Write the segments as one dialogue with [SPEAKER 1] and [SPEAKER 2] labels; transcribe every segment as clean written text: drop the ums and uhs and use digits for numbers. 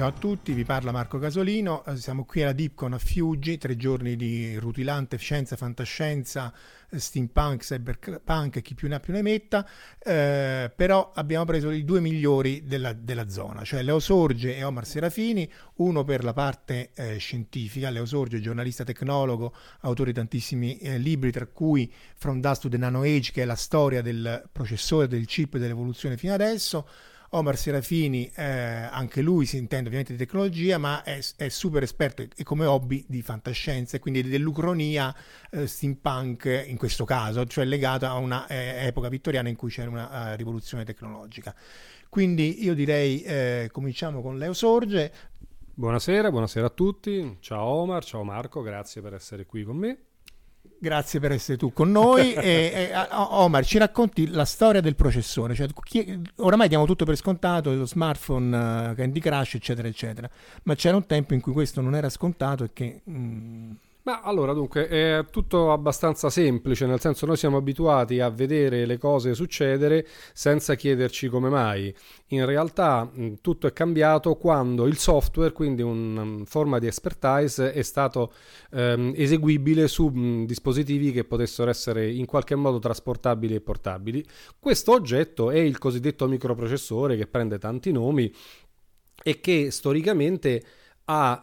[SPEAKER 1] Ciao a tutti, vi parla Marco Casolino, siamo qui alla DeepCon a Fiuggi, 3 giorni di rutilante scienza, fantascienza, steampunk, cyberpunk e chi più ne ha più ne metta, però abbiamo preso i 2 migliori della zona, cioè Leo Sorge e Omar Serafini, uno per la parte scientifica. Leo Sorge, giornalista tecnologo, autore di tantissimi libri, tra cui From Dust to the Nano Age, che è la storia del processore, del chip e dell'evoluzione fino adesso. Omar Serafini, anche lui si intende ovviamente di tecnologia, ma è super esperto e come hobby di fantascienza e quindi dell'ucronia steampunk in questo caso, cioè legata a una epoca vittoriana in cui c'era una rivoluzione tecnologica. Quindi io direi cominciamo con Leo Sorge.
[SPEAKER 2] Buonasera a tutti, ciao Omar, ciao Marco, grazie per essere qui con me.
[SPEAKER 1] Grazie per essere tu con noi. Omar, ci racconti la storia del processore, cioè, oramai diamo tutto per scontato, lo smartphone, Candy Crush, eccetera eccetera, ma c'era un tempo in cui questo non era scontato e che
[SPEAKER 2] Ma allora, dunque, è tutto abbastanza semplice, nel senso noi siamo abituati a vedere le cose succedere senza chiederci come mai. In realtà tutto è cambiato quando il software, quindi una forma di expertise, è stato eseguibile su dispositivi che potessero essere in qualche modo trasportabili e portabili. Questo oggetto è il cosiddetto microprocessore, che prende tanti nomi e che storicamente ha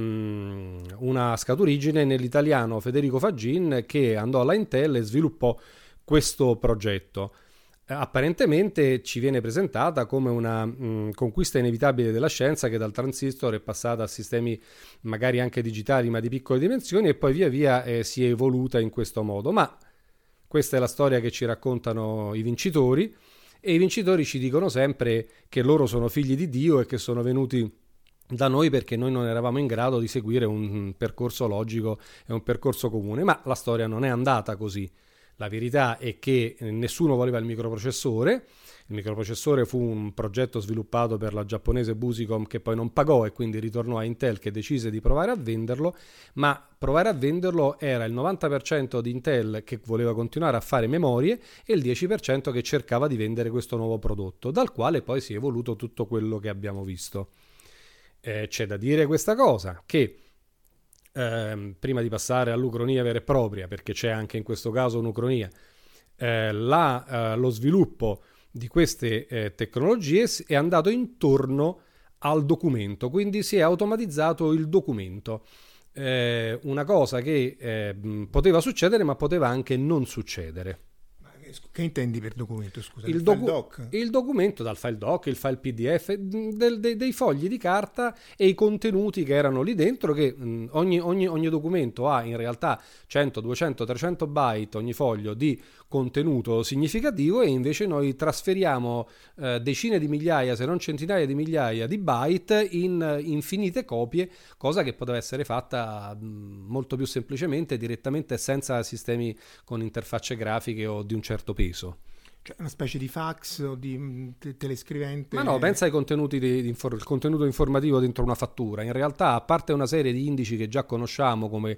[SPEAKER 2] una scaturigine nell'italiano Federico Faggin, che andò alla Intel e sviluppò questo progetto. Apparentemente ci viene presentata come una conquista inevitabile della scienza, che dal transistor è passata a sistemi magari anche digitali ma di piccole dimensioni e poi via via si è evoluta in questo modo. Ma questa è la storia che ci raccontano i vincitori, e i vincitori ci dicono sempre che loro sono figli di Dio e che sono venuti da noi perché noi non eravamo in grado di seguire un percorso logico e un percorso comune. Ma la storia non è andata così. La verità è che nessuno voleva il microprocessore. Il microprocessore fu un progetto sviluppato per la giapponese Busicom, che poi non pagò e quindi ritornò a Intel, che decise di provare a venderlo, ma provare a venderlo era il 90% di Intel che voleva continuare a fare memorie e il 10% che cercava di vendere questo nuovo prodotto, dal quale poi si è evoluto tutto quello che abbiamo visto. C'è da dire questa cosa, che prima di passare all'ucronia vera e propria, perché c'è anche in questo caso un'ucronia, lo sviluppo di queste tecnologie è andato intorno al documento, quindi si è automatizzato il documento, una cosa che poteva succedere ma poteva anche non succedere.
[SPEAKER 1] Che intendi per documento? Scusa,
[SPEAKER 2] il documento, dal file doc, il file PDF, dei fogli di carta e i contenuti che erano lì dentro, che ogni documento ha in realtà 100, 200, 300 byte ogni foglio di contenuto significativo, e invece noi trasferiamo decine di migliaia, se non centinaia di migliaia di byte in infinite copie, cosa che poteva essere fatta molto più semplicemente, direttamente, senza sistemi con interfacce grafiche o di un certo peso.
[SPEAKER 1] Cioè una specie di fax o di telescrivente?
[SPEAKER 2] Ma no, pensa ai contenuti il contenuto informativo dentro una fattura. In realtà, a parte una serie di indici che già conosciamo come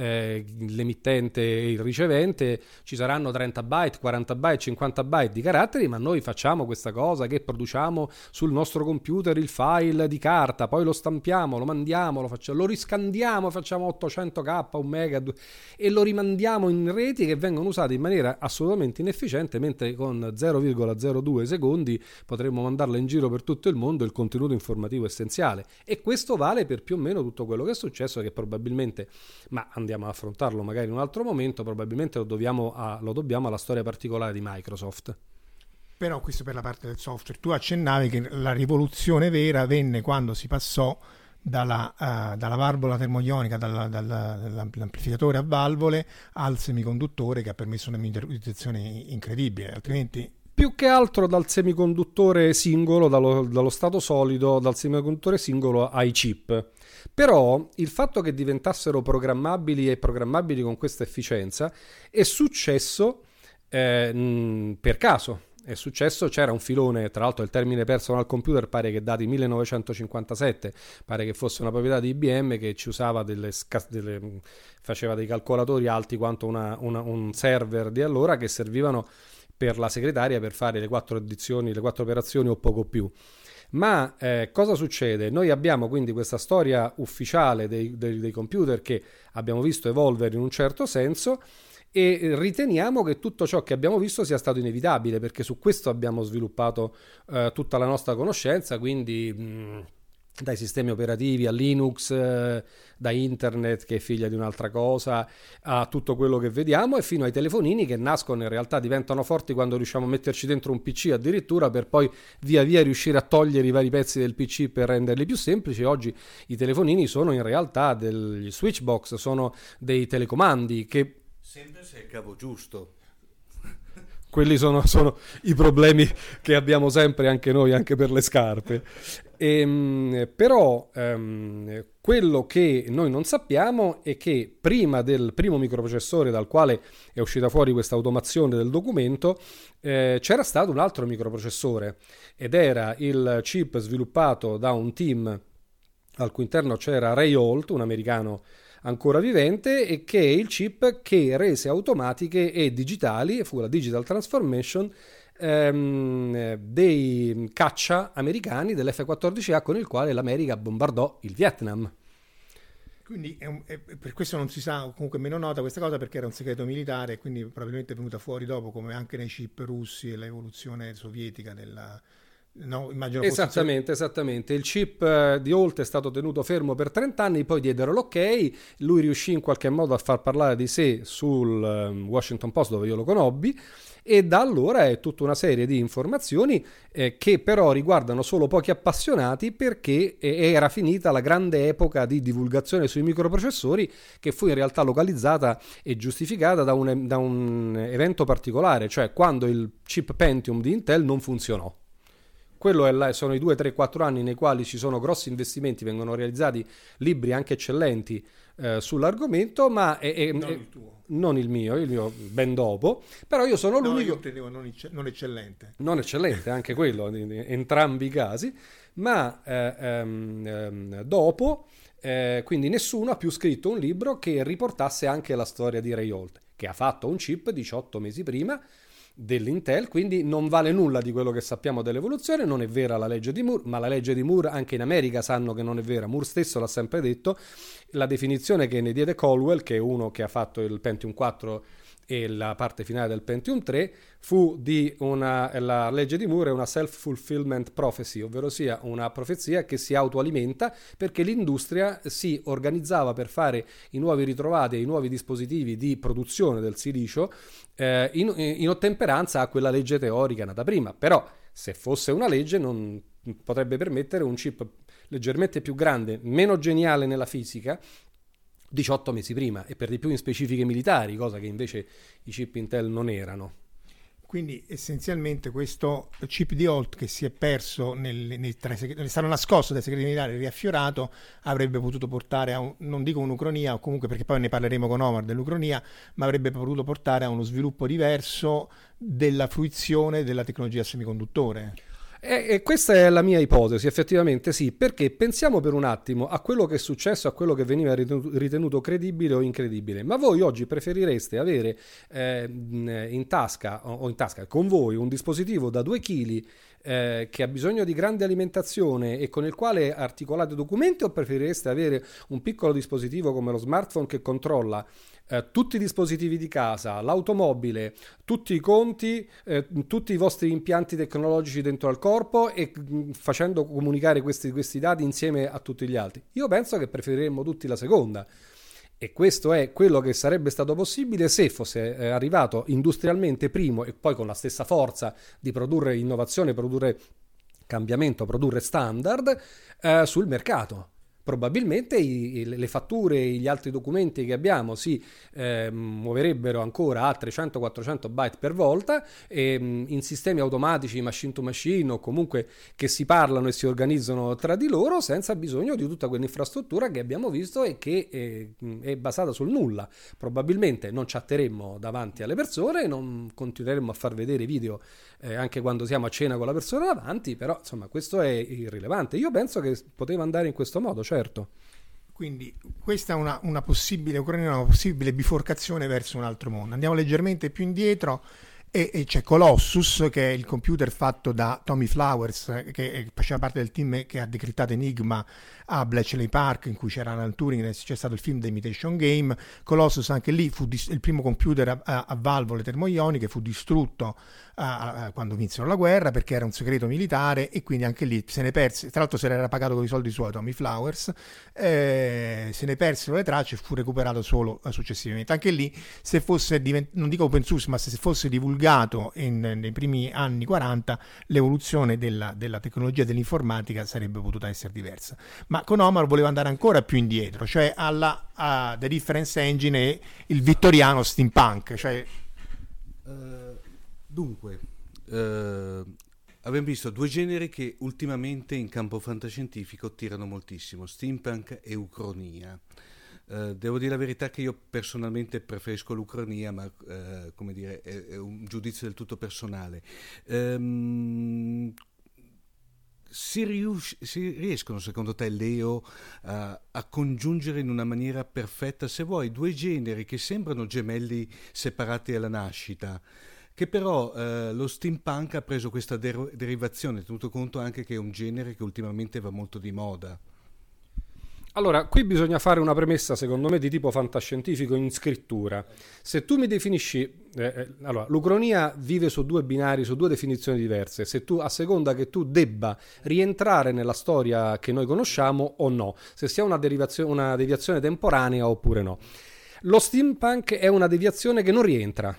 [SPEAKER 2] l'emittente e il ricevente, ci saranno 30 byte, 40 byte, 50 byte di caratteri, ma noi facciamo questa cosa che produciamo sul nostro computer il file di carta, poi lo stampiamo, lo mandiamo, lo riscandiamo, facciamo 800k, 1 mega e lo rimandiamo in reti che vengono usate in maniera assolutamente inefficiente, mentre con 0,02 secondi potremmo mandarla in giro per tutto il mondo il contenuto informativo essenziale. E questo vale per più o meno tutto quello che è successo, che probabilmente, ma andiamo ad affrontarlo magari in un altro momento, probabilmente lo dobbiamo alla storia particolare di Microsoft.
[SPEAKER 1] Però questo per la parte del software. Tu accennavi che la rivoluzione vera venne quando si passò dalla valvola termoionica, dall'amplificatore a valvole al semiconduttore, che ha permesso una miniaturizzazione incredibile, altrimenti
[SPEAKER 2] più che altro dal semiconduttore singolo, dallo stato solido, dal semiconduttore singolo ai chip. Però il fatto che diventassero programmabili e programmabili con questa efficienza è successo per caso. È successo, c'era un filone, tra l'altro il termine personal computer pare che dati 1957, pare che fosse una proprietà di IBM, che ci usava faceva dei calcolatori alti quanto un server di allora, che servivano per la segretaria per fare le 4 operazioni o poco più. Ma cosa succede? Noi abbiamo quindi questa storia ufficiale dei computer che abbiamo visto evolvere in un certo senso, e riteniamo che tutto ciò che abbiamo visto sia stato inevitabile, perché su questo abbiamo sviluppato tutta la nostra conoscenza, quindi dai sistemi operativi a Linux, da internet che è figlia di un'altra cosa, a tutto quello che vediamo, e fino ai telefonini che nascono, in realtà diventano forti quando riusciamo a metterci dentro un PC addirittura, per poi via via riuscire a togliere i vari pezzi del PC per renderli più semplici. Oggi i telefonini sono in realtà degli switchbox, sono dei telecomandi che...
[SPEAKER 3] Sempre se è il cavo giusto.
[SPEAKER 2] Quelli sono i problemi che abbiamo sempre anche noi, anche per le scarpe. Però quello che noi non sappiamo è che prima del primo microprocessore dal quale è uscita fuori questa automazione del documento, c'era stato un altro microprocessore, ed era il chip sviluppato da un team al cui interno c'era Ray Holt, un americano ancora vivente, e che è il chip che rese automatiche e digitali, fu la Digital Transformation, dei caccia americani dell'F-14A con il quale l'America bombardò il Vietnam.
[SPEAKER 1] Quindi per questo non si sa, comunque meno nota questa cosa, perché era un segreto militare, quindi probabilmente è venuta fuori dopo, come anche nei chip russi e l'evoluzione sovietica della... No, immagino
[SPEAKER 2] esattamente. Il chip di Holt è stato tenuto fermo per 30 anni, poi diedero l'ok, lui riuscì in qualche modo a far parlare di sé sul Washington Post, dove io lo conobbi, e da allora è tutta una serie di informazioni che però riguardano solo pochi appassionati, perché era finita la grande epoca di divulgazione sui microprocessori, che fu in realtà localizzata e giustificata da un evento particolare, cioè quando il chip Pentium di Intel non funzionò. Quello sono i 2, 3, 4 anni nei quali ci sono grossi investimenti, vengono realizzati libri anche eccellenti sull'argomento, ma non il mio ben dopo, però io sono l'unico...
[SPEAKER 1] Io credevo non eccellente.
[SPEAKER 2] Non eccellente, anche quello, in entrambi i casi, ma dopo, quindi nessuno ha più scritto un libro che riportasse anche la storia di Ray Holt, che ha fatto un chip 18 mesi prima dell'Intel, quindi non vale nulla di quello che sappiamo dell'evoluzione. Non è vera la legge di Moore, ma la legge di Moore anche in America sanno che non è vera. Moore stesso l'ha sempre detto. La definizione che ne diede Caldwell, che è uno che ha fatto il Pentium 4 e la parte finale del Pentium 3, fu la legge di Moore è una self-fulfillment prophecy, ovvero sia una profezia che si autoalimenta, perché l'industria si organizzava per fare i nuovi ritrovati e i nuovi dispositivi di produzione del silicio in ottemperanza a quella legge teorica nata prima. Però se fosse una legge non potrebbe permettere un chip leggermente più grande, meno geniale nella fisica, 18 mesi prima, e per di più in specifiche militari, cosa che invece i chip Intel non erano.
[SPEAKER 1] Quindi essenzialmente questo chip di Holt, che si è perso è stato nascosto dai segreti militari, riaffiorato, avrebbe potuto portare a non dico un'ucronia, o comunque, perché poi ne parleremo con Omar dell'ucronia, ma avrebbe potuto portare a uno sviluppo diverso della fruizione della tecnologia semiconduttore.
[SPEAKER 2] E questa è la mia ipotesi, effettivamente sì, perché pensiamo per un attimo a quello che è successo, a quello che veniva ritenuto credibile o incredibile. Ma voi oggi preferireste avere in tasca con voi un dispositivo da 2 kg che ha bisogno di grande alimentazione e con il quale articolate documenti, o preferireste avere un piccolo dispositivo come lo smartphone che controlla tutti i dispositivi di casa, l'automobile, tutti i conti, tutti i vostri impianti tecnologici dentro al corpo, e facendo comunicare questi dati insieme a tutti gli altri? Io penso che preferiremmo tutti la seconda, e questo è quello che sarebbe stato possibile se fosse arrivato industrialmente primo, e poi con la stessa forza di produrre innovazione, produrre cambiamento, produrre standard sul mercato. Probabilmente le fatture e gli altri documenti che abbiamo si muoverebbero ancora a 300-400 byte per volta, in sistemi automatici machine to machine, o comunque che si parlano e si organizzano tra di loro, senza bisogno di tutta quell'infrastruttura che abbiamo visto e che è basata sul nulla. Probabilmente non chatteremmo davanti alle persone, non continueremmo a far vedere video anche quando siamo a cena con la persona davanti, però insomma questo è irrilevante. Io penso che poteva andare in questo modo, certo.
[SPEAKER 1] Quindi questa è una possibile biforcazione verso un altro mondo. Andiamo leggermente più indietro e c'è Colossus, che è il computer fatto da Tommy Flowers, che faceva parte del team che ha decrittato Enigma a Bletchley Park, in cui c'era Alan Turing, c'è stato il film The Imitation Game. Colossus anche lì fu il primo computer a valvole termoioniche, fu distrutto quando vinsero la guerra perché era un segreto militare, e quindi anche lì se ne perse, tra l'altro se l'era pagato con i soldi suoi Tommy Flowers, se ne persero le tracce e fu recuperato solo successivamente. Anche lì, se fosse non dico open source, ma se fosse divulgato nei primi anni 40, l'evoluzione della tecnologia dell'informatica sarebbe potuta essere diversa. Ma con Omar voleva andare ancora più indietro, cioè a The Difference Engine e il vittoriano steampunk, cioè...
[SPEAKER 3] Dunque, abbiamo visto due generi che ultimamente in campo fantascientifico tirano moltissimo, steampunk e ucronia. Devo dire la verità che io personalmente preferisco l'ucronia, ma come dire, è un giudizio del tutto personale. Si riescono, secondo te, Leo, a congiungere in una maniera perfetta, se vuoi, due generi che sembrano gemelli separati alla nascita, che però lo steampunk ha preso questa derivazione, tenuto conto anche che è un genere che ultimamente va molto di moda?
[SPEAKER 2] Allora, qui bisogna fare una premessa, secondo me, di tipo fantascientifico in scrittura. Se tu mi definisci... allora, l'ucronia vive su due binari, su due definizioni diverse, se tu, a seconda che tu debba rientrare nella storia che noi conosciamo o no, se sia una deviazione temporanea oppure no. Lo steampunk è una deviazione che non rientra.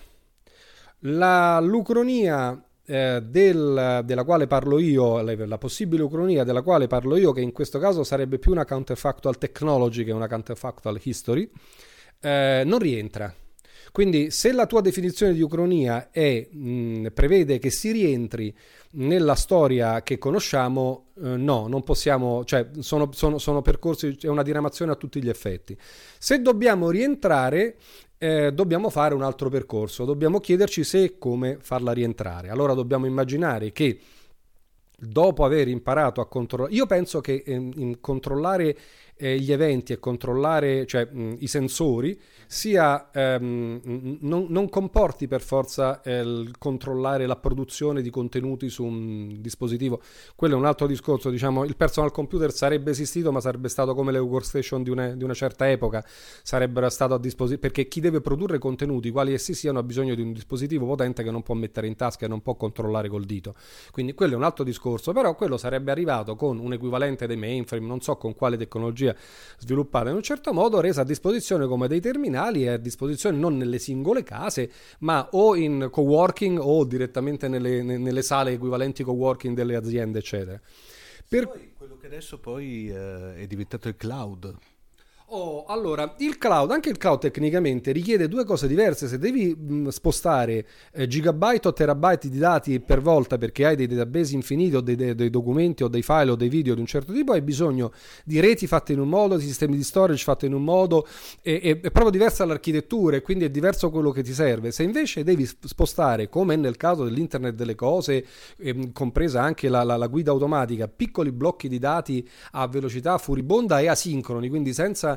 [SPEAKER 2] L'ucronia della quale parlo io, la possibile ucronia della quale parlo io, che in questo caso sarebbe più una counterfactual technology che una counterfactual history, non rientra. Quindi se la tua definizione di ucronia prevede che si rientri nella storia che conosciamo, no, non possiamo, cioè sono percorsi, è una diramazione a tutti gli effetti. Se dobbiamo rientrare, dobbiamo fare un altro percorso, dobbiamo chiederci se e come farla rientrare. Allora dobbiamo immaginare che dopo aver imparato a controllare, io penso che controllare gli eventi e controllare, cioè i sensori, sia non comporti per forza il controllare la produzione di contenuti su un dispositivo. Quello è un altro discorso, diciamo. Il personal computer sarebbe esistito, ma sarebbe stato come le workstation di una certa epoca, sarebbero stato a disposizione, perché chi deve produrre contenuti, quali essi siano, ha bisogno di un dispositivo potente che non può mettere in tasca e non può controllare col dito. Quindi quello è un altro discorso, però quello sarebbe arrivato con un equivalente dei mainframe, non so con quale tecnologia sviluppata in un certo modo, resa a disposizione come dei terminali, e a disposizione non nelle singole case, ma o in coworking o direttamente nelle sale equivalenti coworking delle aziende, eccetera.
[SPEAKER 3] Poi, quello che adesso poi è diventato il cloud.
[SPEAKER 2] Allora, anche il cloud tecnicamente richiede due cose diverse. Se devi spostare gigabyte o terabyte di dati per volta perché hai dei database infiniti o dei documenti o dei file o dei video di un certo tipo, hai bisogno di reti fatte in un modo, di sistemi di storage fatti in un modo, è proprio diversa l'architettura e quindi è diverso quello che ti serve. Se invece devi spostare, come nel caso dell'internet delle cose, compresa anche la guida automatica, piccoli blocchi di dati a velocità furibonda e asincroni, quindi senza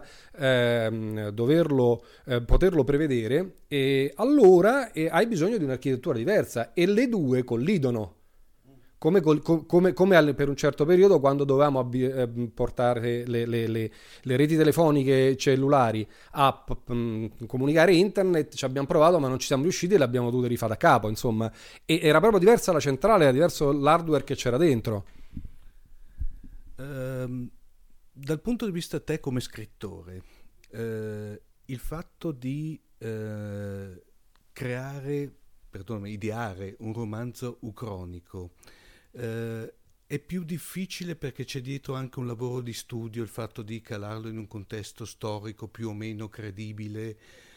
[SPEAKER 2] poterlo prevedere, e allora hai bisogno di un'architettura diversa e le due collidono come per un certo periodo, quando dovevamo portare le reti telefoniche cellulari a comunicare internet. Ci abbiamo provato ma non ci siamo riusciti e le abbiamo dovute rifare da capo, insomma, e era proprio diversa la centrale, era diverso l'hardware che c'era dentro.
[SPEAKER 3] Dal punto di vista te come scrittore, il fatto di ideare un romanzo ucronico è più difficile perché c'è dietro anche un lavoro di studio, il fatto di calarlo in un contesto storico più o meno credibile,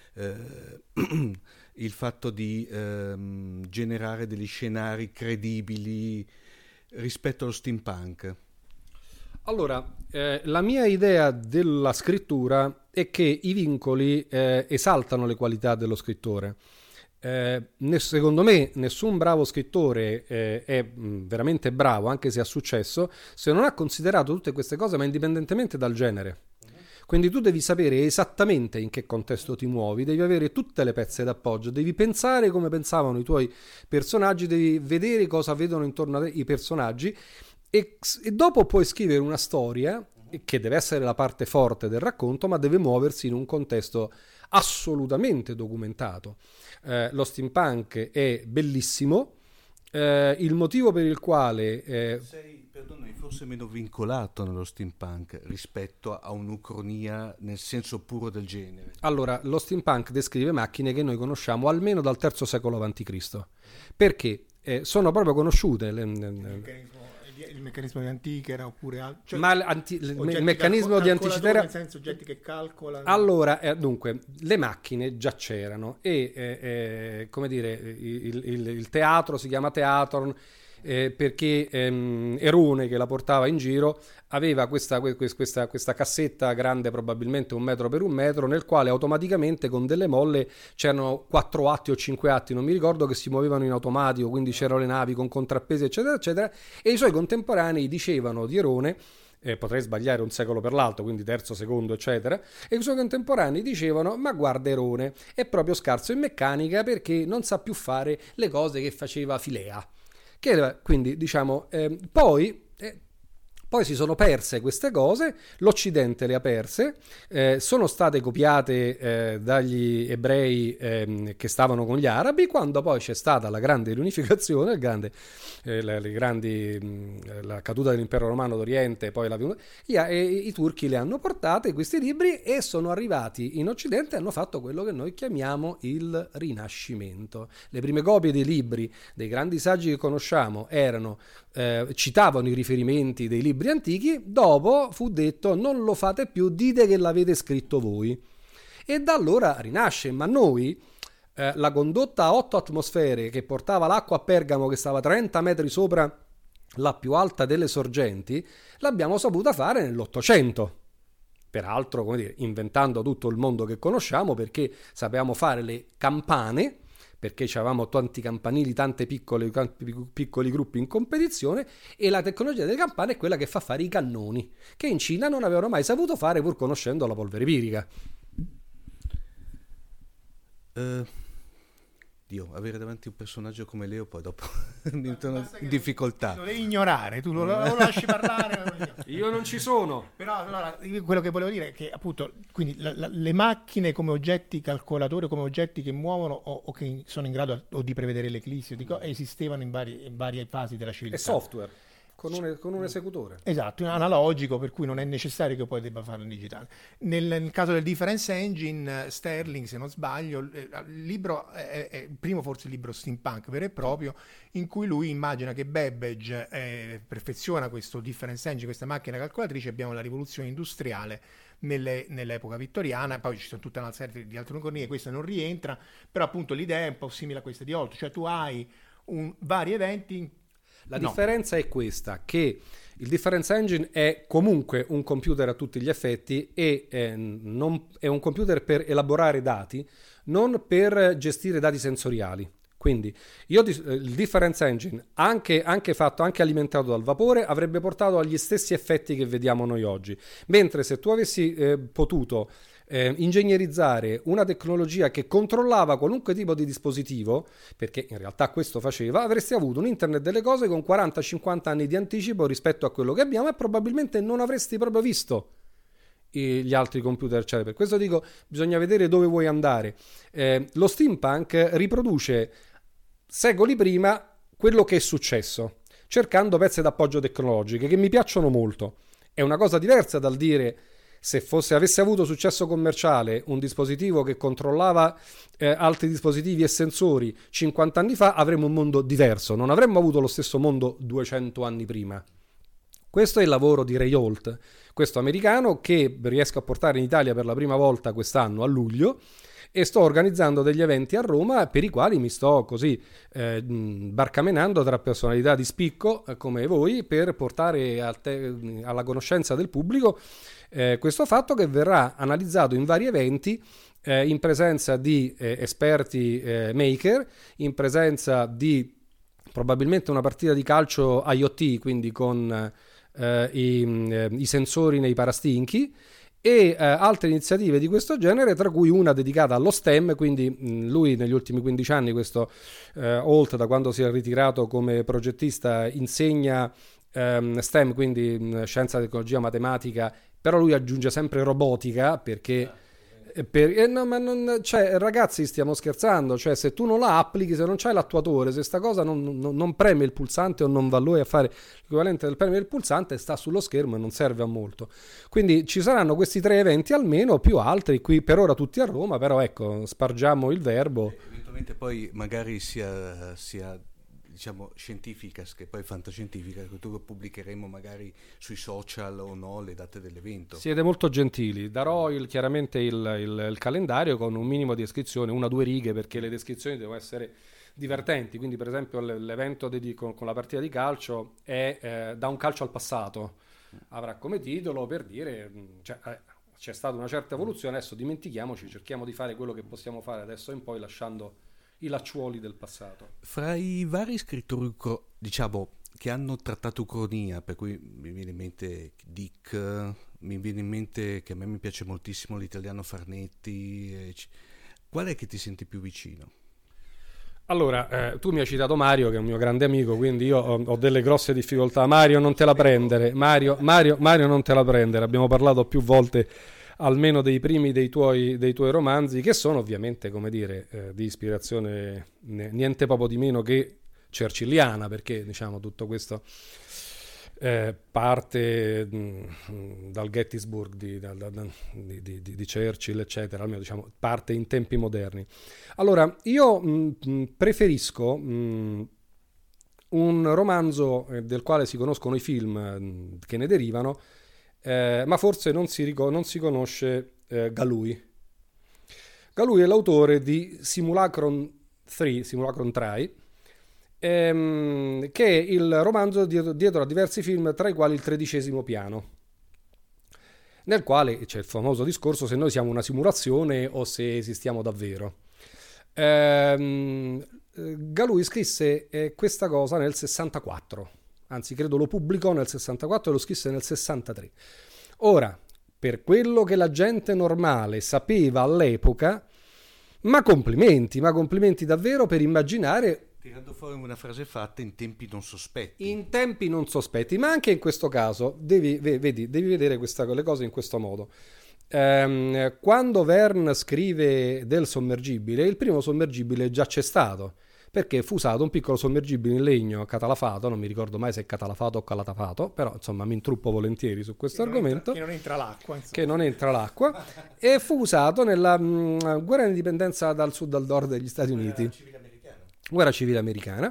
[SPEAKER 3] il fatto di generare degli scenari credibili rispetto allo steampunk.
[SPEAKER 2] Allora, la mia idea della scrittura è che i vincoli esaltano le qualità dello scrittore. Secondo me nessun bravo scrittore è veramente bravo, anche se ha successo, se non ha considerato tutte queste cose, ma indipendentemente dal genere. Quindi tu devi sapere esattamente in che contesto ti muovi, devi avere tutte le pezze d'appoggio, devi pensare come pensavano i tuoi personaggi, devi vedere cosa vedono intorno a te i personaggi e dopo puoi scrivere una storia che deve essere la parte forte del racconto, ma deve muoversi in un contesto assolutamente documentato. Lo steampunk è bellissimo, il motivo per il quale
[SPEAKER 3] Perdonami, forse meno vincolato nello steampunk rispetto a un'ucronia nel senso puro del genere.
[SPEAKER 2] Allora, lo steampunk descrive macchine che noi conosciamo almeno dal III secolo a.C. Perché sono proprio conosciute
[SPEAKER 1] il meccanismo di antichera oppure
[SPEAKER 2] ma il meccanismo di antichitera,
[SPEAKER 1] nel senso oggetti che calcolano.
[SPEAKER 2] Allora, dunque, le macchine già c'erano e come dire, il teatro si chiama teatron perché Erone, che la portava in giro, aveva questa cassetta grande probabilmente 1 metro per 1 metro, nel quale automaticamente con delle molle c'erano 4 atti o 5 atti, non mi ricordo, che si muovevano in automatico, quindi c'erano le navi con contrappesi eccetera eccetera, e i suoi contemporanei dicevano di Erone, potrei sbagliare un secolo per l'altro, quindi terzo, secondo eccetera, e i suoi contemporanei dicevano: ma guarda, Erone è proprio scarso in meccanica perché non sa più fare le cose che faceva Filea. Quindi diciamo poi si sono perse queste cose, l'Occidente le ha perse, sono state copiate dagli ebrei che stavano con gli arabi. Quando poi c'è stata la grande riunificazione, la caduta dell'impero romano d'Oriente, poi i turchi le hanno portate questi libri e sono arrivati in Occidente e hanno fatto quello che noi chiamiamo il Rinascimento. Le prime copie dei libri, dei grandi saggi che conosciamo, citavano i riferimenti dei libri antichi. Dopo fu detto: non lo fate più, dite che l'avete scritto voi, e da allora rinasce. Ma noi la condotta a 8 atmosfere che portava l'acqua a Pergamo, che stava 30 metri sopra la più alta delle sorgenti, l'abbiamo saputa fare nell'Ottocento, peraltro, come dire, inventando tutto il mondo che conosciamo, perché sapevamo fare le campane, perché avevamo tanti campanili, tanti piccoli gruppi in competizione, e la tecnologia delle campane è quella che fa fare i cannoni, che in Cina non avevano mai saputo fare, pur conoscendo la polvere pirica.
[SPEAKER 3] Dio, avere davanti un personaggio come Leo poi dopo mi mettono in difficoltà.
[SPEAKER 1] Lo devi ignorare, tu lo lasci parlare.
[SPEAKER 2] Io non ci sono.
[SPEAKER 1] Però allora, quello che volevo dire è che appunto, quindi le macchine come oggetti calcolatori, come oggetti che muovono o che sono in grado o di prevedere l'eclissi, esistevano in varie fasi della civiltà.
[SPEAKER 2] È software. Con un esecutore.
[SPEAKER 1] Esatto, analogico, per cui non è necessario che poi debba farlo in digitale. Nel caso del Difference Engine, Sterling, se non sbaglio, il libro è il primo, forse il libro steampunk vero e proprio, in cui lui immagina che Babbage perfeziona questo Difference Engine, questa macchina calcolatrice. Abbiamo la rivoluzione industriale nell'epoca vittoriana, poi ci sono tutta una serie di altre ucronie, questa non rientra, però appunto l'idea è un po' simile a questa di Holt, cioè tu hai vari eventi.
[SPEAKER 2] La differenza è questa, che il Difference Engine è comunque un computer a tutti gli effetti e è un computer per elaborare dati, non per gestire dati sensoriali. Quindi il Difference Engine, anche alimentato dal vapore, avrebbe portato agli stessi effetti che vediamo noi oggi. Mentre se tu avessi potuto ingegnerizzare una tecnologia che controllava qualunque tipo di dispositivo, perché in realtà questo faceva, avresti avuto un internet delle cose con 40-50 anni di anticipo rispetto a quello che abbiamo, e probabilmente non avresti proprio visto gli altri computer. Cioè, per questo dico, bisogna vedere dove vuoi andare. Lo steampunk riproduce secoli prima quello che è successo, cercando pezze d'appoggio tecnologiche che mi piacciono molto. È una cosa diversa dal dire: se avesse avuto successo commerciale un dispositivo che controllava altri dispositivi e sensori 50 anni fa, avremmo un mondo diverso, non avremmo avuto lo stesso mondo 200 anni prima. Questo è il lavoro di Ray Holt, questo americano che riesco a portare in Italia per la prima volta quest'anno a luglio, e sto organizzando degli eventi a Roma per i quali mi sto così barcamenando tra personalità di spicco come voi, per portare alla conoscenza del pubblico questo fatto, che verrà analizzato in vari eventi in presenza di esperti maker, in presenza di probabilmente una partita di calcio IoT, quindi con i sensori nei parastinchi, e altre iniziative di questo genere, tra cui una dedicata allo STEM. Quindi lui negli ultimi 15 anni, questo Holt, da quando si è ritirato come progettista, insegna STEM, quindi scienza, tecnologia, matematica, però lui aggiunge sempre robotica, perché cioè, ragazzi, stiamo scherzando, cioè se tu non la applichi, se non c'hai l'attuatore, se sta cosa non preme il pulsante o non va lui a fare l'equivalente del premere il pulsante, sta sullo schermo e non serve a molto. Quindi ci saranno questi 3 eventi almeno, più altri, qui per ora tutti a Roma, però ecco, spargiamo il verbo.
[SPEAKER 3] Eventualmente poi magari sia diciamo scientifica che poi fantascientifica, che tu pubblicheremo magari sui social o no le date dell'evento.
[SPEAKER 2] Siete molto gentili, darò chiaramente il calendario con un minimo di descrizione, 1 o 2 righe, perché le descrizioni devono essere divertenti. Quindi per esempio l'evento con la partita di calcio è da un calcio al passato, avrà come titolo, per dire cioè, c'è stata una certa evoluzione, adesso dimentichiamoci, cerchiamo di fare quello che possiamo fare adesso in poi, lasciando i lacciuoli del passato.
[SPEAKER 3] Fra i vari scrittori, diciamo, che hanno trattato ucronia, per cui mi viene in mente Dick, mi viene in mente che a me mi piace moltissimo l'italiano Farnetti, qual è che ti senti più vicino?
[SPEAKER 2] Allora, tu mi hai citato Mario, che è un mio grande amico, quindi io ho delle grosse difficoltà. Mario, non te la prendere. Mario, non te la prendere. Abbiamo parlato più volte almeno dei primi dei tuoi romanzi, che sono ovviamente, come dire, di ispirazione niente proprio di meno che churchilliana, perché diciamo tutto questo parte dal Gettysburg di Churchill, eccetera, almeno diciamo parte in tempi moderni. Allora, io preferisco un romanzo del quale si conoscono i film che ne derivano, ma forse non si conosce Galui. Galui è l'autore di Simulacrum 3, che è il romanzo dietro a diversi film, tra i quali Il 13° piano, nel quale c'è il famoso discorso se noi siamo una simulazione o se esistiamo davvero. Galui scrisse questa cosa nel 64, anzi credo lo pubblicò nel 64 e lo scrisse nel 63. Ora, per quello che la gente normale sapeva all'epoca, ma complimenti davvero per immaginare,
[SPEAKER 3] tirando fuori una frase fatta in tempi non sospetti.
[SPEAKER 2] In tempi non sospetti, ma anche in questo caso devi vedere le cose in questo modo. Quando Verne scrive del sommergibile, il primo sommergibile già c'è stato, perché fu usato un piccolo sommergibile in legno catalafato, non mi ricordo mai se è catalafato o calatafato, però insomma mi intruppo volentieri su questo argomento.
[SPEAKER 1] Che non entra l'acqua.
[SPEAKER 2] Che non entra l'acqua, e fu usato nella guerra d'indipendenza dal sud al nord degli Stati Uniti. Guerra civile americana.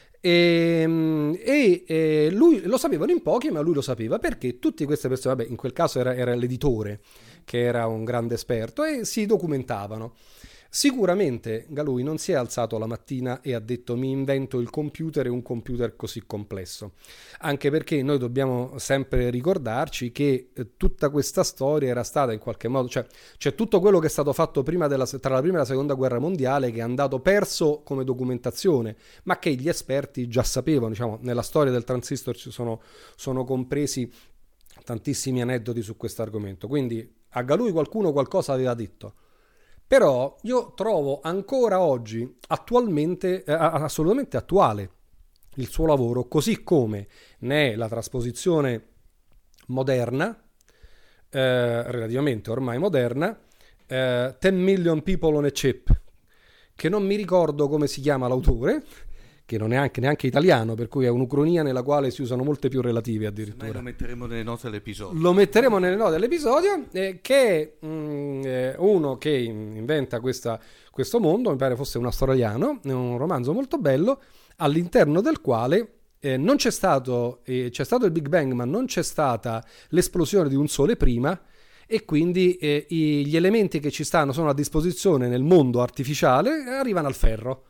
[SPEAKER 2] E lui lo sapevano in pochi, ma lui lo sapeva, perché tutte queste persone, vabbè, in quel caso era l'editore, che era un grande esperto, e si documentavano. Sicuramente Galui non si è alzato la mattina e ha detto mi invento il computer e un computer così complesso, anche perché noi dobbiamo sempre ricordarci che tutta questa storia era stata in qualche modo, cioè c'è tutto quello che è stato fatto prima tra la prima e la seconda guerra mondiale che è andato perso come documentazione, ma che gli esperti già sapevano. Diciamo, nella storia del transistor ci sono compresi tantissimi aneddoti su questo argomento, quindi a Galui qualcuno qualcosa aveva detto. Però io trovo ancora oggi attualmente assolutamente attuale il suo lavoro, così come ne è la trasposizione moderna, relativamente ormai moderna, 10 Million People on a Chip, che non mi ricordo come si chiama l'autore, che non è neanche italiano, per cui è un'ucronia nella quale si usano molte più relative addirittura.
[SPEAKER 3] Lo metteremo nelle note dell'episodio.
[SPEAKER 2] Lo metteremo nelle note dell'episodio, che è uno che inventa questo mondo, mi pare fosse un australiano, è un romanzo molto bello, all'interno del quale non c'è stato il Big Bang, ma non c'è stata l'esplosione di un sole prima, e quindi gli elementi che ci sono a disposizione nel mondo artificiale arrivano al ferro.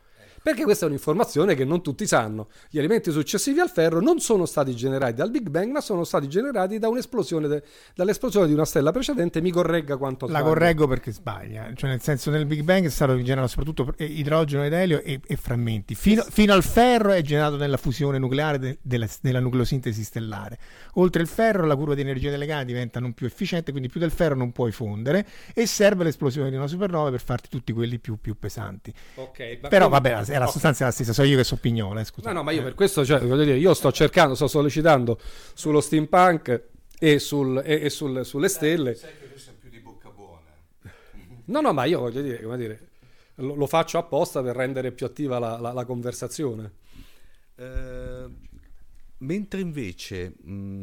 [SPEAKER 2] Perché questa è un'informazione che non tutti sanno. Gli elementi successivi al ferro non sono stati generati dal Big Bang, ma sono stati generati da dall'esplosione di una stella precedente. Mi corregga quanto sbaglio.
[SPEAKER 1] La correggo perché sbaglia, cioè nel senso nel Big Bang è stato generato soprattutto idrogeno ed elio e frammenti. Fino al ferro è generato nella fusione nucleare della nucleosintesi stellare. Oltre il ferro la curva di energia delegata diventa non più efficiente, quindi più del ferro non puoi fondere e serve l'esplosione di una supernova per farti tutti quelli più pesanti.
[SPEAKER 2] Okay,
[SPEAKER 1] però vabbè, la sostanza è la stessa, so io che so pignola, scusa.
[SPEAKER 2] No, ma io per questo, cioè, voglio dire, sto sollecitando sullo steampunk e sulle stelle.
[SPEAKER 3] Sai che noi siamo più di bocca buona.
[SPEAKER 2] No, ma io voglio dire, come dire, lo faccio apposta per rendere più attiva la conversazione.
[SPEAKER 3] Mentre invece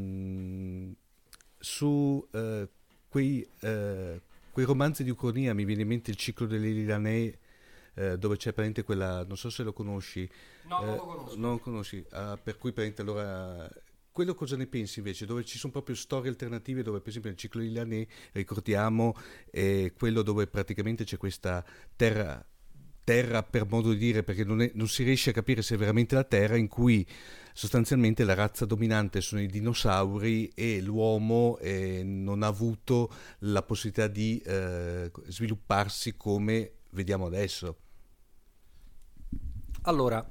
[SPEAKER 3] su quei romanzi di ucronia mi viene in mente il ciclo dell'Eli Lanè, dove c'è praticamente quella, non so se lo conosci.
[SPEAKER 2] No, non lo conosco.
[SPEAKER 3] Non lo conosci, per cui praticamente allora quello cosa ne pensi invece, dove ci sono proprio storie alternative, dove per esempio nel ciclo di Lanè ricordiamo quello dove praticamente c'è questa terra per modo di dire, perché non si riesce a capire se è veramente la Terra, in cui sostanzialmente la razza dominante sono i dinosauri e l'uomo non ha avuto la possibilità di svilupparsi come vediamo adesso.
[SPEAKER 2] Allora,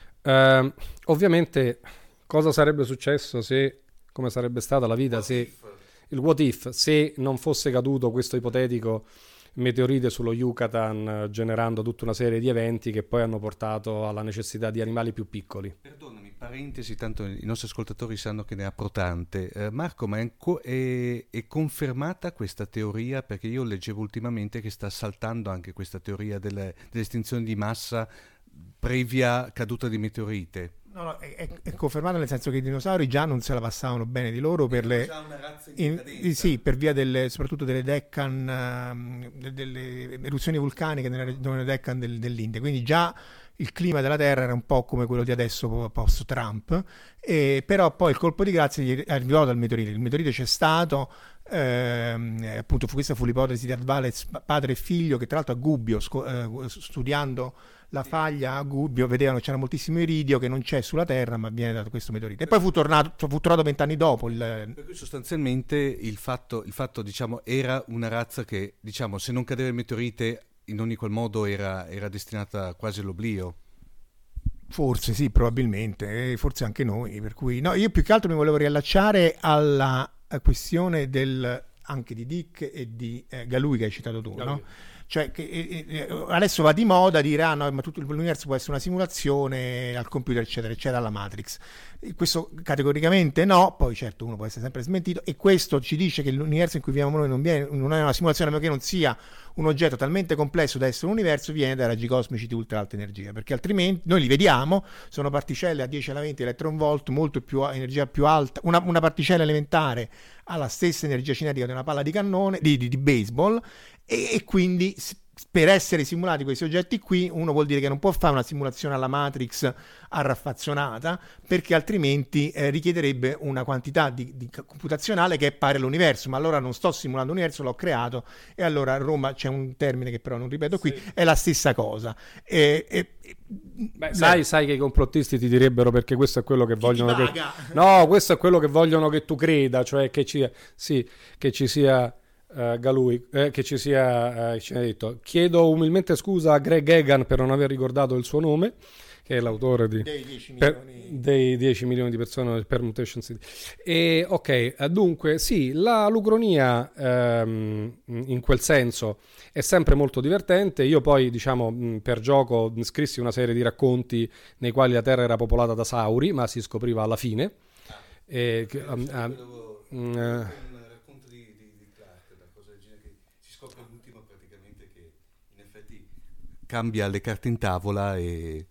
[SPEAKER 2] ovviamente cosa sarebbe successo se, come sarebbe stata la vita il what if, se non fosse caduto questo ipotetico meteorite sullo Yucatan, generando tutta una serie di eventi che poi hanno portato alla necessità di animali più piccoli.
[SPEAKER 3] Perdonami, parentesi, tanto i nostri ascoltatori sanno che ne apro tante. Marco, ma è confermata questa teoria? Perché io leggevo ultimamente che sta saltando anche questa teoria dell'estinzione di massa previa caduta di meteorite.
[SPEAKER 1] No, è confermato nel senso che i dinosauri già non se la passavano bene di loro per le sì, per via soprattutto delle Deccan, delle eruzioni vulcaniche nella regione Deccan dell'India, quindi già il clima della Terra era un po' come quello di adesso post Trump, però poi il colpo di grazia gli è arrivato dal meteorite. Il meteorite c'è stato, appunto questa fu l'ipotesi di Advalet, padre e figlio, che tra l'altro a Gubbio studiando la faglia a Gubbio vedevano c'era moltissimo iridio che non c'è sulla Terra, ma viene da questo meteorite, e poi fu tornato 20 anni dopo.
[SPEAKER 3] Per cui sostanzialmente il fatto diciamo era una razza che, diciamo, se non cadeva il meteorite in ogni qual modo era destinata quasi all'oblio.
[SPEAKER 1] Forse sì, probabilmente, forse anche noi, per cui no, io più che altro mi volevo riallacciare alla questione anche di Dick e di Galui che hai citato tu, no? Cioè che adesso va di moda dire no, ma tutto l'universo può essere una simulazione al computer eccetera eccetera, alla Matrix. Questo categoricamente no, poi certo uno può essere sempre smentito, e questo ci dice che l'universo in cui viviamo noi non è una simulazione, perché non sia un oggetto talmente complesso da essere un universo, viene dai raggi cosmici di ultra alta energia, perché altrimenti noi li vediamo, sono particelle a 10 alla 20 electron volt, molto più energia più alta, una particella elementare ha la stessa energia cinetica di una palla di cannone di baseball, e quindi per essere simulati questi oggetti qui uno vuol dire che non può fare una simulazione alla Matrix arraffazzonata, perché altrimenti richiederebbe una quantità di computazionale che è pari all'universo, ma allora non sto simulando l'universo, l'ho creato, e allora a Roma c'è un termine che però non ripeto qui, sì. È la stessa cosa.
[SPEAKER 2] Beh, sai che i complottisti ti direbbero, perché questo è quello che vogliono no, questo è quello che vogliono che tu creda, cioè che ci sia Galui, che ci sia ci ha detto, chiedo umilmente scusa a Greg Egan per non aver ricordato il suo nome, che è l'autore dei 10 milioni di persone del Permutation City. E ok, dunque sì, l'ucronia in quel senso è sempre molto divertente. Io poi, diciamo, per gioco scrissi una serie di racconti nei quali la Terra era popolata da sauri, ma si scopriva alla fine.
[SPEAKER 3] Cambia le carte in tavola e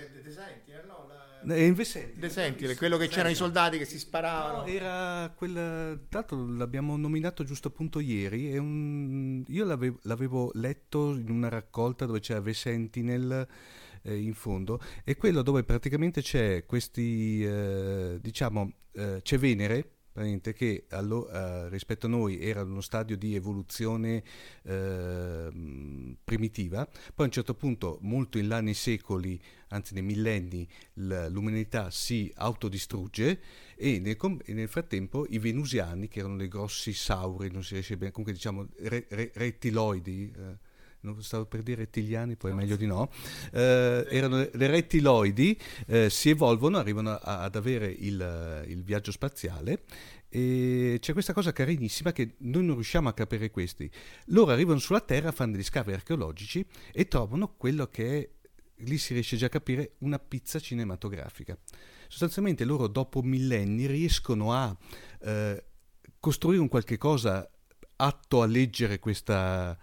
[SPEAKER 1] quello che c'erano i soldati che si sparavano.
[SPEAKER 3] No, era quel, tanto l'abbiamo nominato giusto appunto ieri, io l'avevo letto in una raccolta dove c'era The Sentinel in fondo, è quello dove praticamente c'è questi c'è Venere che rispetto a noi era uno stadio di evoluzione primitiva, poi a un certo punto, molto in là nei secoli, anzi nei millenni, l'umanità si autodistrugge e nel frattempo i venusiani, che erano dei grossi sauri, non si riesce bene, comunque diciamo rettiloidi, non stavo per dire rettiliani, poi è meglio di no, erano le rettiloidi, si evolvono, arrivano ad avere il viaggio spaziale. E c'è questa cosa carinissima che noi non riusciamo a capire questi. Loro arrivano sulla Terra, fanno degli scavi archeologici e trovano quello che è, lì si riesce già a capire, una pizza cinematografica. Sostanzialmente loro dopo millenni riescono a costruire un qualche cosa atto a leggere questa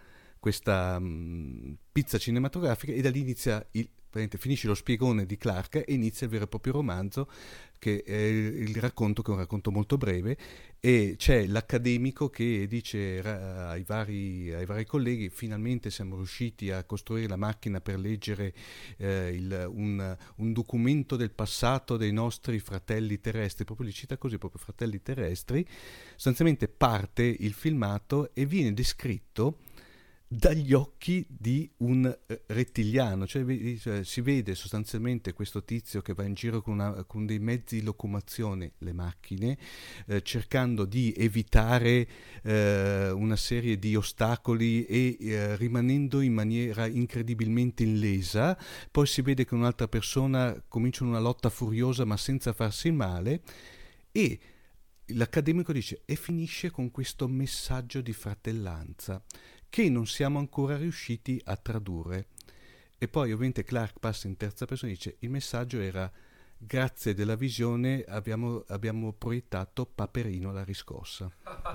[SPEAKER 3] pizza cinematografica, e da lì finisce lo spiegone di Clarke e inizia il vero e proprio romanzo, che è il racconto, che è un racconto molto breve, e c'è l'accademico che dice ai vari colleghi: finalmente siamo riusciti a costruire la macchina per leggere un documento del passato dei nostri fratelli terrestri, proprio li cita così, proprio fratelli terrestri. Sostanzialmente parte il filmato e viene descritto dagli occhi di un rettiliano, cioè si vede sostanzialmente questo tizio che va in giro con dei mezzi di locomozione, le macchine, cercando di evitare una serie di ostacoli e rimanendo in maniera incredibilmente illesa. Poi si vede che un'altra persona comincia una lotta furiosa ma senza farsi male, e l'accademico dice: e finisce con questo messaggio di fratellanza che non siamo ancora riusciti a tradurre. E poi ovviamente Clarke passa in terza persona e dice: il messaggio era: grazie della visione abbiamo proiettato Paperino la riscossa.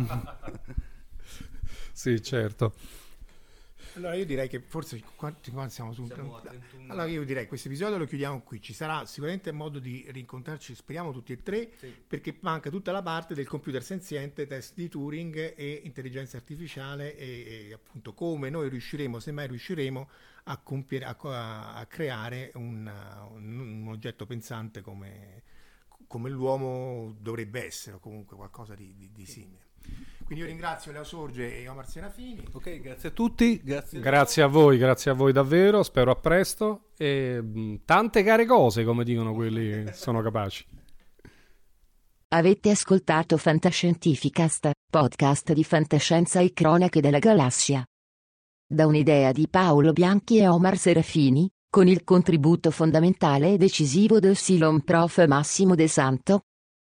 [SPEAKER 2] Sì, certo.
[SPEAKER 1] Allora io direi che forse siamo su... Allora io direi che questo episodio lo chiudiamo qui. Ci sarà sicuramente modo di rincontrarci, speriamo tutti e tre, sì, perché manca tutta la parte del computer senziente, test di Turing e intelligenza artificiale e appunto come noi riusciremo, se mai riusciremo, a compiere, a creare un oggetto pensante come l'uomo dovrebbe essere, o comunque qualcosa di simile. Quindi io ringrazio Leo Sorge e Omar Serafini.
[SPEAKER 3] Ok, grazie a tutti.
[SPEAKER 2] Grazie a voi davvero, spero a presto e tante care cose, come dicono quelli che sono capaci.
[SPEAKER 4] Avete ascoltato Fantascientificast, podcast di fantascienza e cronache della galassia. Da un'idea di Paolo Bianchi e Omar Serafini, con il contributo fondamentale e decisivo del Silon Prof. Massimo De Santo.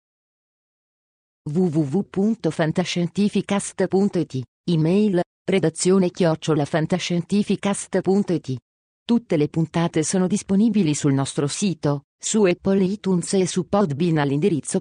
[SPEAKER 4] www.fantascientificast.it, email redazione@fantascientificast.it. Tutte le puntate sono disponibili sul nostro sito, su Apple iTunes e su Podbean all'indirizzo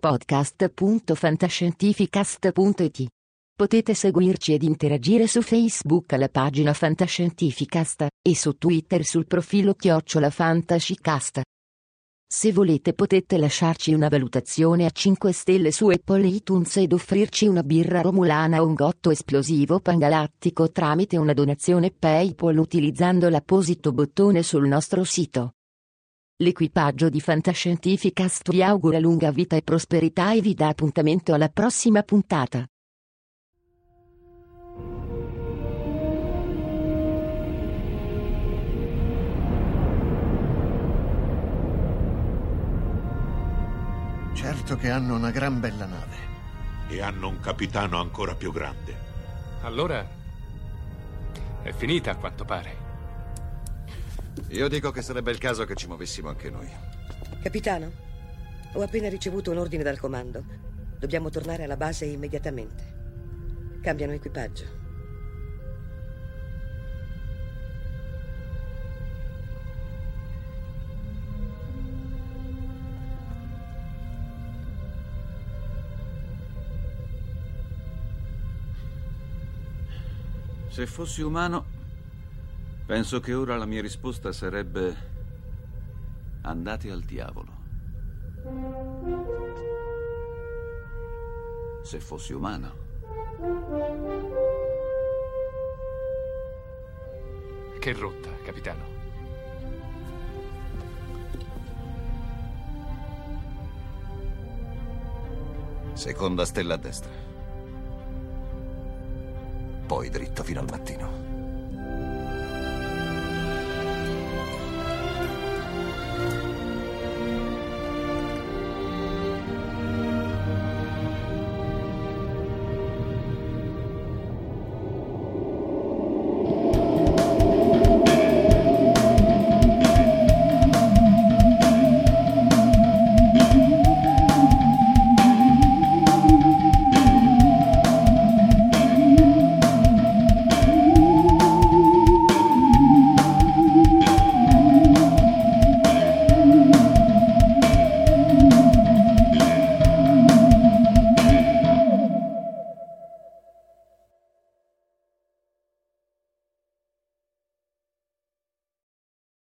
[SPEAKER 4] podcast.fantascientificast.it. Potete seguirci ed interagire su Facebook alla pagina Fantascientificast e su Twitter sul profilo @fantascicast. Se volete potete lasciarci una valutazione a 5 stelle su Apple iTunes ed offrirci una birra romulana o un gotto esplosivo pangalattico tramite una donazione PayPal utilizzando l'apposito bottone sul nostro sito. L'equipaggio di Fantascientificast vi augura lunga vita e prosperità e vi dà appuntamento alla prossima puntata.
[SPEAKER 5] Certo che hanno una gran bella nave.
[SPEAKER 6] E hanno un capitano ancora più grande.
[SPEAKER 7] Allora, è finita a quanto pare.
[SPEAKER 5] Io dico che sarebbe il caso che ci muovessimo anche noi.
[SPEAKER 8] Capitano, ho appena ricevuto un ordine dal comando. Dobbiamo tornare alla base immediatamente. Cambiano equipaggio.
[SPEAKER 9] Se fossi umano, penso che ora la mia risposta sarebbe: andate al diavolo. Se fossi umano.
[SPEAKER 7] Che rotta, capitano?
[SPEAKER 5] Seconda stella a destra. Poi dritto fino al mattino.